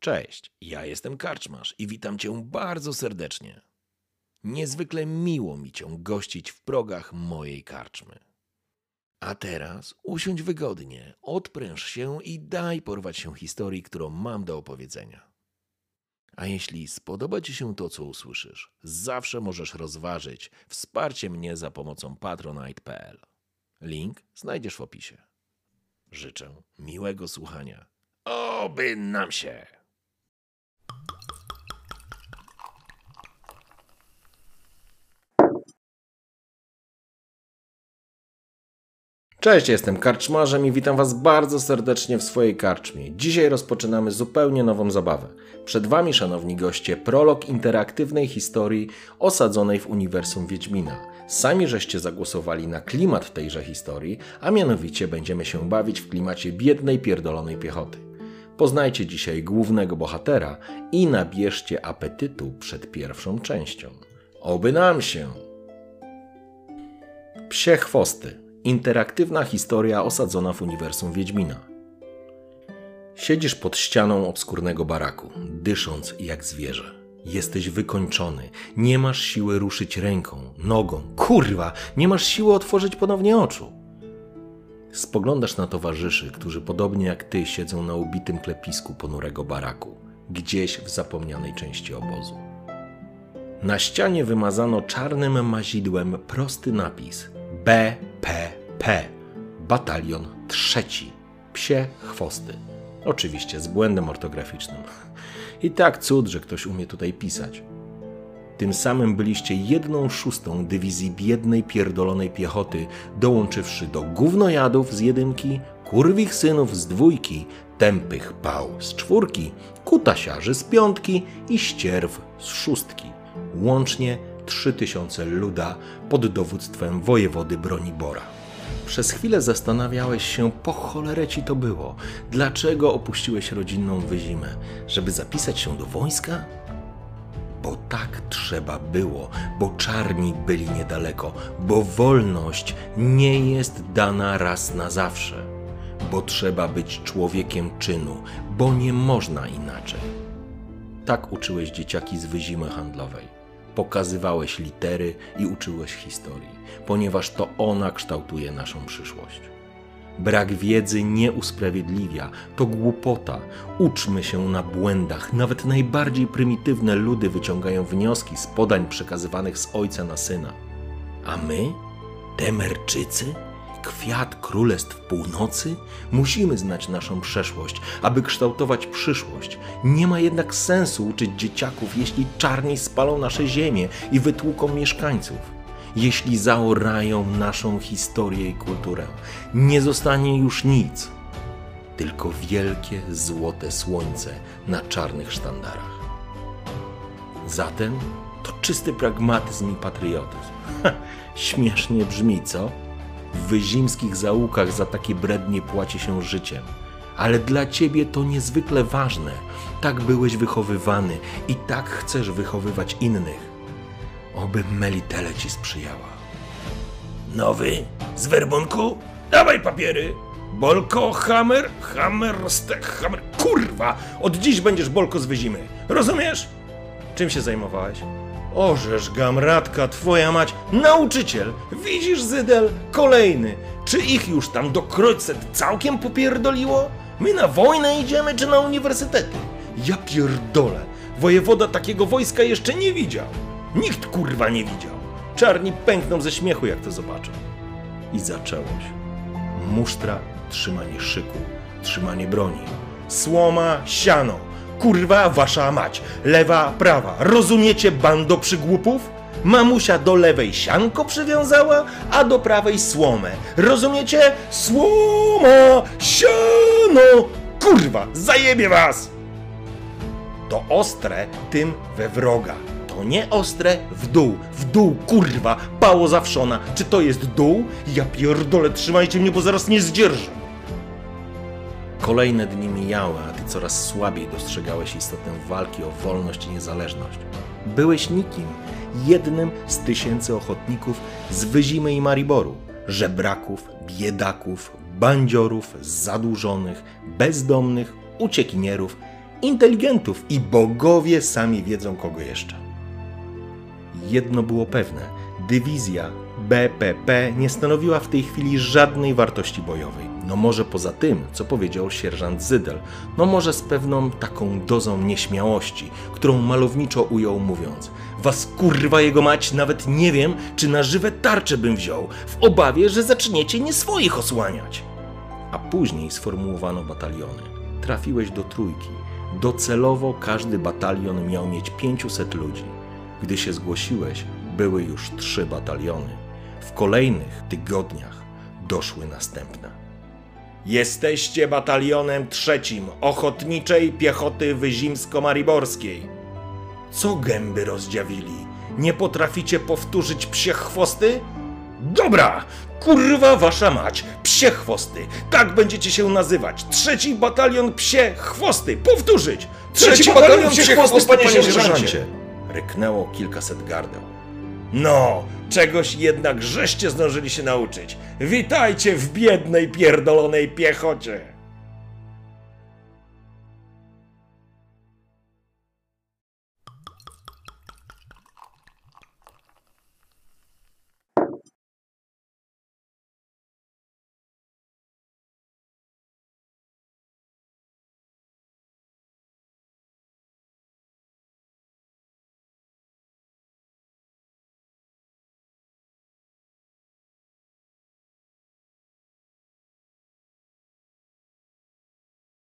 Cześć, ja jestem Karczmarz i witam Cię bardzo serdecznie. Niezwykle miło mi Cię gościć w progach mojej karczmy. A teraz usiądź wygodnie, odpręż się i daj porwać się historii, którą mam do opowiedzenia. A jeśli spodoba Ci się to, co usłyszysz, zawsze możesz rozważyć wsparcie mnie za pomocą patronite.pl. Link znajdziesz w opisie. Życzę miłego słuchania. Oby nam się! Cześć, jestem Karczmarzem i witam Was bardzo serdecznie w swojej karczmie. Dzisiaj rozpoczynamy zupełnie nową zabawę. Przed Wami, szanowni goście, prolog interaktywnej historii osadzonej w uniwersum Wiedźmina. Sami żeście zagłosowali na klimat tejże historii, a mianowicie będziemy się bawić w klimacie biednej, pierdolonej piechoty. Poznajcie dzisiaj głównego bohatera i nabierzcie apetytu przed pierwszą częścią. Oby nam się! Psie chwosty. Interaktywna historia osadzona w uniwersum Wiedźmina. Siedzisz pod ścianą obskurnego baraku, dysząc jak zwierzę. Jesteś wykończony, nie masz siły ruszyć ręką, nogą, kurwa, nie masz siły otworzyć ponownie oczu. Spoglądasz na towarzyszy, którzy podobnie jak ty siedzą na ubitym klepisku ponurego baraku, gdzieś w zapomnianej części obozu. Na ścianie wymazano czarnym mazidłem prosty napis BPP, Batalion III, Psie Chwosty. Oczywiście z błędem ortograficznym. I tak cud, że ktoś umie tutaj pisać. Tym samym byliście 1/6 dywizji biednej, pierdolonej piechoty, dołączywszy do gównojadów z 1, kurwich synów z 2, tępych pał z 4, kutasiarzy z 5 i ścierw z 6. Łącznie 3000 luda pod dowództwem wojewody Bronibora. Przez chwilę zastanawiałeś się, po cholerę ci to było. Dlaczego opuściłeś rodzinną Wyzimę? Żeby zapisać się do wojska? Bo tak trzeba było, bo czarni byli niedaleko, bo wolność nie jest dana raz na zawsze, bo trzeba być człowiekiem czynu, bo nie można inaczej. Tak uczyłeś dzieciaki z Wyzimy handlowej. Pokazywałeś litery i uczyłeś historii, ponieważ to ona kształtuje naszą przyszłość. Brak wiedzy nie usprawiedliwia, to głupota. Uczmy się na błędach. Nawet najbardziej prymitywne ludy wyciągają wnioski z podań przekazywanych z ojca na syna. A my, Temerczycy, kwiat królestw północy, musimy znać naszą przeszłość, aby kształtować przyszłość. Nie ma jednak sensu uczyć dzieciaków, jeśli czarni spalą nasze ziemię i wytłuką mieszkańców. Jeśli zaorają naszą historię i kulturę, nie zostanie już nic, tylko wielkie, złote słońce na czarnych sztandarach. Zatem to czysty pragmatyzm i patriotyzm. Śmiesznie brzmi, co? W wyzimskich zaułkach za takie brednie płaci się życiem. Ale dla ciebie to niezwykle ważne. Tak byłeś wychowywany i tak chcesz wychowywać innych. Oby Melitele ci sprzyjała. Nowy? Z werbunku? Dawaj papiery! Bolko, hammer, hammer. Kurwa! Od dziś będziesz Bolko z Wyzimy. Rozumiesz? Czym się zajmowałeś? Orzesz, gamratka, twoja mać, nauczyciel! Widzisz, Zydel? Kolejny! Czy ich już tam do Kreuzet całkiem popierdoliło? My na wojnę idziemy, czy na uniwersytety? Ja pierdolę! Wojewoda takiego wojska jeszcze nie widział! Nikt kurwa nie widział! Czarni pękną ze śmiechu, jak to zobaczą. I zaczęłoś. Musztra, trzymanie szyku, trzymanie broni. Słoma, siano. Kurwa, wasza mać. Lewa, prawa. Rozumiecie, bando przygłupów? Mamusia do lewej sianko przywiązała, a do prawej słomę. Rozumiecie? Słoma, siano. Kurwa, zajebie was! To ostre, tym we wroga. To nie ostre, w dół, kurwa, pało zawszona. Czy to jest dół? Ja pierdolę, trzymajcie mnie, bo zaraz nie zdzierżę. Kolejne dni mijały, a ty coraz słabiej dostrzegałeś istotę walki o wolność i niezależność. Byłeś nikim, jednym z 1000 ochotników z Wyzimy i Mariboru, żebraków, biedaków, bandziorów, zadłużonych, bezdomnych, uciekinierów inteligentów i bogowie sami wiedzą kogo jeszcze. Jedno było pewne, dywizja BPP nie stanowiła w tej chwili żadnej wartości bojowej. No może poza tym, co powiedział sierżant Zydel, no może z pewną taką dozą nieśmiałości, którą malowniczo ujął mówiąc: was kurwa jego mać, nawet nie wiem, czy na żywe tarcze bym wziął, w obawie, że zaczniecie nie swoich osłaniać. A później sformułowano bataliony. Trafiłeś do trójki. Docelowo każdy batalion miał mieć 500 ludzi. Gdy się zgłosiłeś, były już 3 bataliony. W kolejnych tygodniach doszły następne. Jesteście batalionem 3. Ochotniczej Piechoty Wyzimsko-Mariborskiej. Co gęby rozdziawili? Nie potraficie powtórzyć psie chwosty? Dobra! Kurwa wasza mać! Psie chwosty! Tak będziecie się nazywać! 3. batalion psie chwosty! Powtórzyć! 3. batalion psie chwosty, panie sierżancie! Ryknęło kilkaset gardeł. No, czegoś jednak żeście zdążyli się nauczyć. Witajcie w biednej, pierdolonej piechocie!